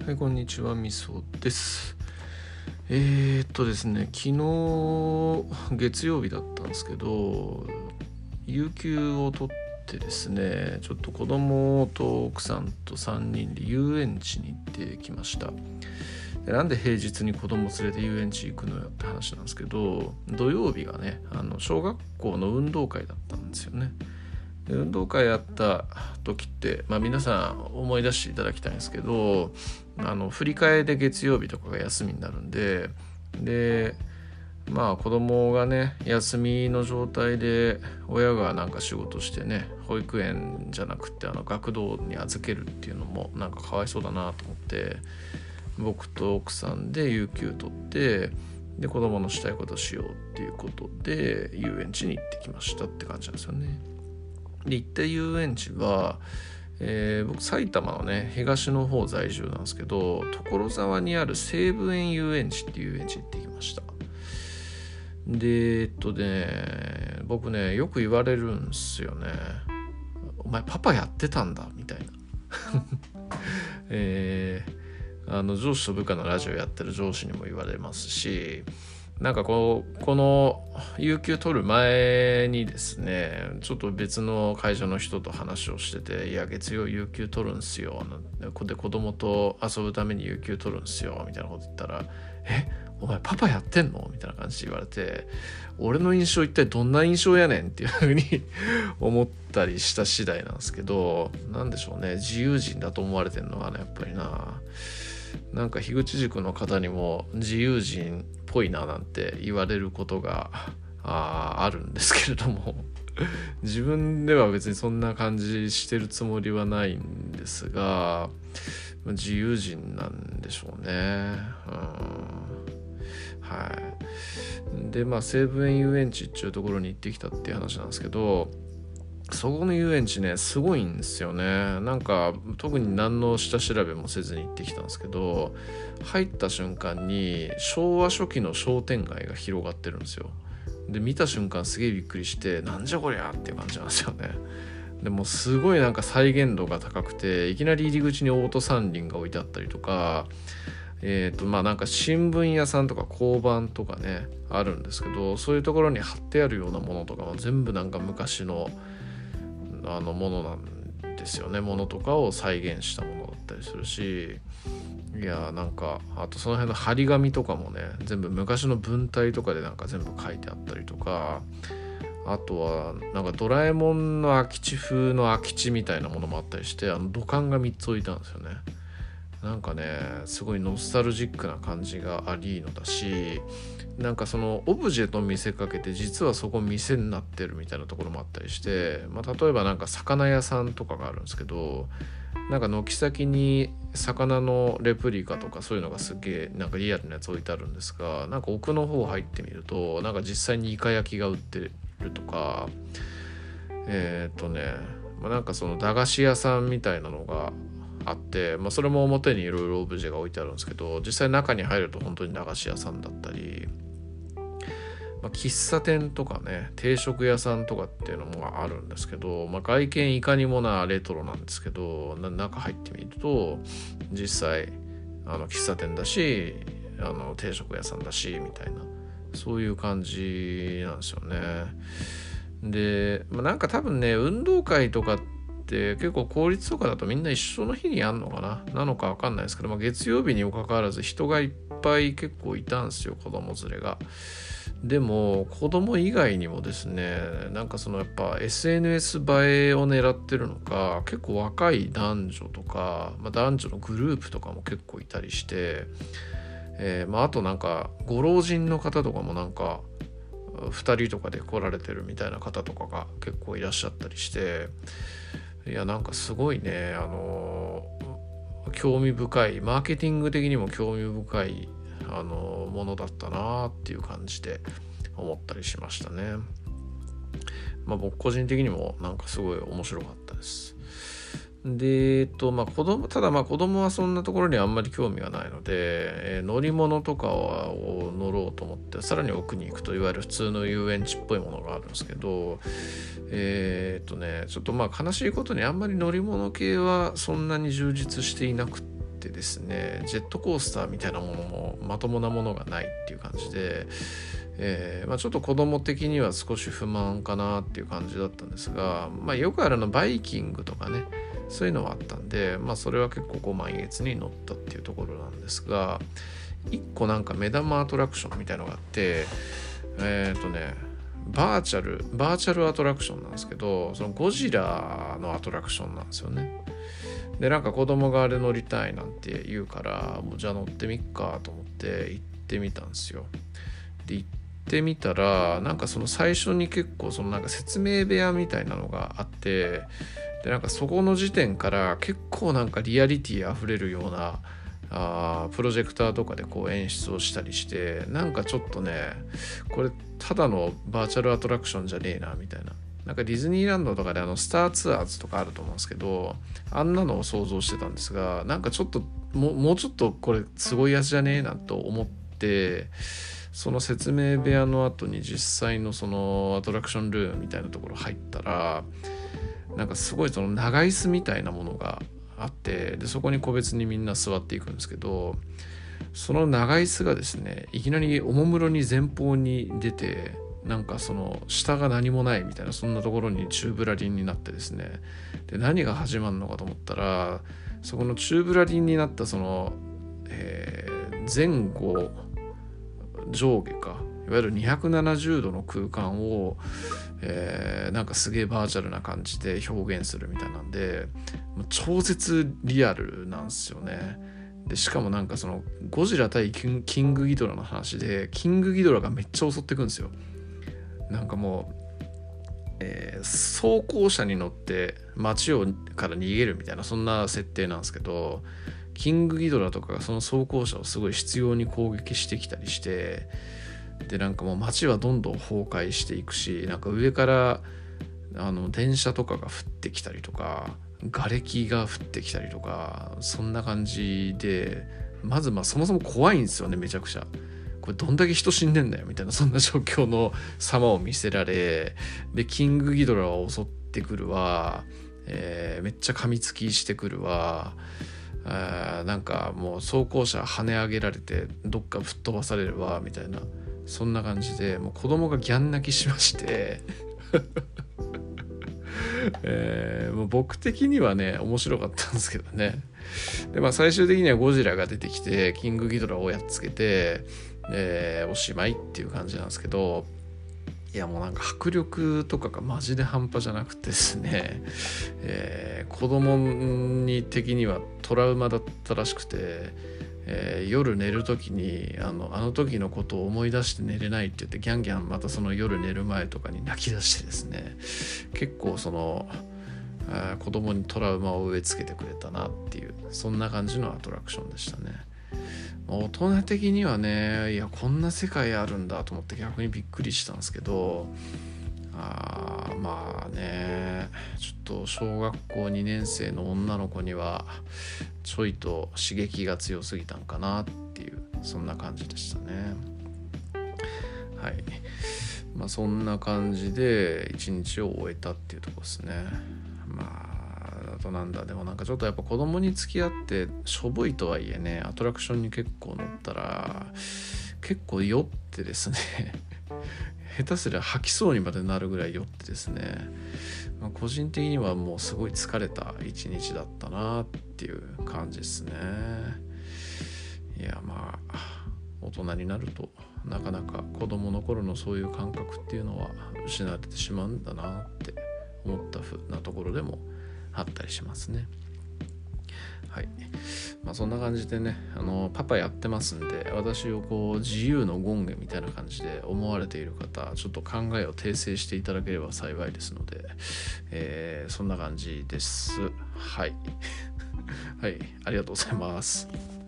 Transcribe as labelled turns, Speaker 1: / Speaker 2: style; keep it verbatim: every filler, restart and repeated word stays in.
Speaker 1: はい、こんにちは、みそです。えー、っとですね、昨日月曜日だったんですけど、有給を取ってですね、ちょっと子供と奥さんとさんにんで遊園地に行ってきました。でなんで平日に子供連れて遊園地行くのよって話なんですけど、土曜日がね、あの小学校の運動会だったんですよね。運動会やった時って、まあ、皆さん思い出していただきたいんですけど、あの振り替えで月曜日とかが休みになるんで、でまあ子供がね休みの状態で親がなんか仕事してね、保育園じゃなくてあの学童に預けるっていうのもなんかかわいそうだなと思って、僕と奥さんで有給取ってで子供のしたいことしようっていうことで遊園地に行ってきましたって感じなんですよね。で行った遊園地は、えー、僕埼玉のね東の方在住なんですけど、所沢にある西武園遊園地っていう遊園地行ってきました。でえっとね僕ねよく言われるんですよね、お前パパやってたんだみたいなえー、あの上司と部下のラジオやってる上司にも言われますし、なんかこうこの有給取る前にですね、ちょっと別の会社の人と話をしてて、いや月曜有給取るんすよ、で子供と遊ぶために有給取るんすよみたいなこと言ったら、えお前パパやってんのみたいな感じで言われて、俺の印象一体どんな印象やねんっていうふうに思ったりした次第なんですけど、なんでしょうね、自由人だと思われてるのはねやっぱりな、なんか樋口塾の方にも自由人っぽいななんて言われることが あ, あるんですけれども自分では別にそんな感じしてるつもりはないんですが、自由人なんでしょうね。うん、はい。でまあ西武園遊園地っていうところに行ってきたっていう話なんですけど、そこの遊園地ねすごいんですよね。なんか特に何の下調べもせずに行ってきたんですけど、入った瞬間に昭和初期の商店街が広がってるんですよ。で見た瞬間すげえびっくりして、なんじゃこりゃっていう感じなんですよね。でもすごいなんか再現度が高くて、いきなり入り口にオート三輪が置いてあったりとか、えーとまあなんか新聞屋さんとか交番とかねあるんですけど、そういうところに貼ってあるようなものとかも全部なんか昔のあのものなんですよね。ものとかを再現したものだったりするし、いやなんかあとその辺の張り紙とかもね全部昔の文体とかでなんか全部書いてあったりとか、あとはなんかドラえもんの空き地風の空き地みたいなものもあったりして、あの土管がみっつ置いたんですよね。なんかねすごいノスタルジックな感じがありのだし、なんかそのオブジェと見せかけて実はそこ店になってるみたいなところもあったりして、まあ、例えばなんか魚屋さんとかがあるんですけど、なんか軒先に魚のレプリカとかそういうのがすげえなんかリアルなやつ置いてあるんですが、なんか奥の方入ってみるとなんか実際にイカ焼きが売ってるとか、えー、っとね、まあ、なんかその駄菓子屋さんみたいなのがあって、まあ、それも表にいろいろオブジェが置いてあるんですけど、実際中に入ると本当に駄菓子屋さんだったり、まあ、喫茶店とかね定食屋さんとかっていうのもあるんですけど、まあ、外見いかにもなレトロなんですけど、中入ってみると実際あの喫茶店だしあの定食屋さんだしみたいな、そういう感じなんですよね。で、まあ、なんか多分ね運動会とかって結構公立とかだとみんな一緒の日にやんのかななのか分かんないですけど、まあ、月曜日にもかかわらず人がいっぱい結構いたんですよ、子供連れが。でも子供以外にもですね、なんかそのやっぱ エスエヌエス 映えを狙ってるのか、結構若い男女とか、まあ、男女のグループとかも結構いたりして、えーまあ、あとなんかご老人の方とかもなんかふたりとかで来られてるみたいな方とかが結構いらっしゃったりして、いやなんかすごいね、あのー、興味深い、マーケティング的にも興味深いあのものだったなっていう感じで思ったりしましたね。まあ僕個人的にもなんかすごい面白かったです。で、えっとまあ子供ただまあ子供はそんなところにあんまり興味がないので、えー、乗り物とかを乗ろうと思ってさらに奥に行くといわゆる普通の遊園地っぽいものがあるんですけど、えー、っとねちょっとまあ悲しいことにあんまり乗り物系はそんなに充実していなくてですね、ジェットコースターみたいなものもまともなものがないっていう感じで、えーまあ、ちょっと子供的には少し不満かなっていう感じだったんですが、まあ、よくあるのバイキングとかね、そういうのはあったんで、まあ、それは結構こう満月に乗ったっていうところなんですが、一個なんか目玉アトラクションみたいのがあって、えっ、ー、とねバーチャルバーチャルアトラクションなんですけど、そのゴジラのアトラクションなんですよね。でなんか子供があれ乗りたいなんて言うから、もうじゃあ乗ってみっかと思って行ってみたんですよ。で行ってみたら、なんかその最初に結構そのなんか説明部屋みたいなのがあって、でなんかそこの時点から結構なんかリアリティあふれるようなあプロジェクターとかでこう演出をしたりして、なんかちょっとねこれただのバーチャルアトラクションじゃねえなみたいな、なんかディズニーランドとかであのスターツアーズとかあると思うんですけど、あんなのを想像してたんですが、なんかちょっともう、もうちょっとこれすごいやつじゃねえなと思って、その説明部屋の後に実際のそのアトラクションルームみたいなところ入ったら、なんかすごいその長椅子みたいなものがあって、でそこに個別にみんな座っていくんですけど、その長椅子がですね、いきなりおもむろに前方に出て、なんかその下が何もないみたいな、そんなところに宙ぶらりんになってですね、で何が始まるのかと思ったら、そこの宙ぶらりんになったその、えー、前後上下か、いわゆるにひゃくななじゅうどの空間を、えー、なんかすげえバーチャルな感じで表現するみたいなんで、超絶リアルなんですよね。でしかもなんかそのゴジラ対キンキングギドラの話で、キングギドラがめっちゃ襲ってくんですよ。なんかもう、えー、装甲車に乗って街をから逃げるみたいな、そんな設定なんですけど、キングギドラとかがその装甲車をすごい執拗に攻撃してきたりして、でなんかもう街はどんどん崩壊していくし、なんか上からあの電車とかが降ってきたりとか、瓦礫が降ってきたりとか、そんな感じで、まずまあそもそも怖いんですよね、めちゃくちゃ。これどんだけ人死んでんだよみたいな、そんな状況の様を見せられ、でキングギドラは襲ってくるわ、えー、めっちゃ噛みつきしてくるわ、あなんかもう装甲車跳ね上げられてどっか吹っ飛ばされるわみたいな、そんな感じで、もう子供がギャン泣きしましてえー、もう僕的にはね面白かったんですけどね。でまあ最終的にはゴジラが出てきてキングギドラをやっつけて、えー、おしまいっていう感じなんですけど、いやもうなんか迫力とかがマジで半端じゃなくてですね、えー、子供に的にはトラウマだったらしくて、えー、夜寝る時にあのあの時のことを思い出して寝れないって言ってギャンギャンまたその夜寝る前とかに泣き出してですね、結構そのあ子供にトラウマを植え付けてくれたなっていう、そんな感じのアトラクションでしたね。大人的にはね、いやこんな世界あるんだと思って逆にびっくりしたんですけど、あまあね、ちょっと小学校にねん生の女の子にはちょいと刺激が強すぎたんかなっていう、そんな感じでしたね。はい、まあそんな感じで一日を終えたっていうところですね。まああとなんだ、でもなんかちょっとやっぱ子供に付き合ってしょぼいとはいえね、アトラクションに結構乗ったら結構酔ってですね下手すりゃ吐きそうにまでなるぐらい酔ってですね、まあ、個人的にはもうすごい疲れた一日だったなっていう感じですね。いやまあ大人になるとなかなか子供の頃のそういう感覚っていうのは失われてしまうんだなって思ったふうなところでもあったりしますね。はい、まあそんな感じでね、あのパパやってますんで、私をこう自由の権限みたいな感じで思われている方、ちょっと考えを訂正していただければ幸いですので、えー、そんな感じです。はいはい、ありがとうございます。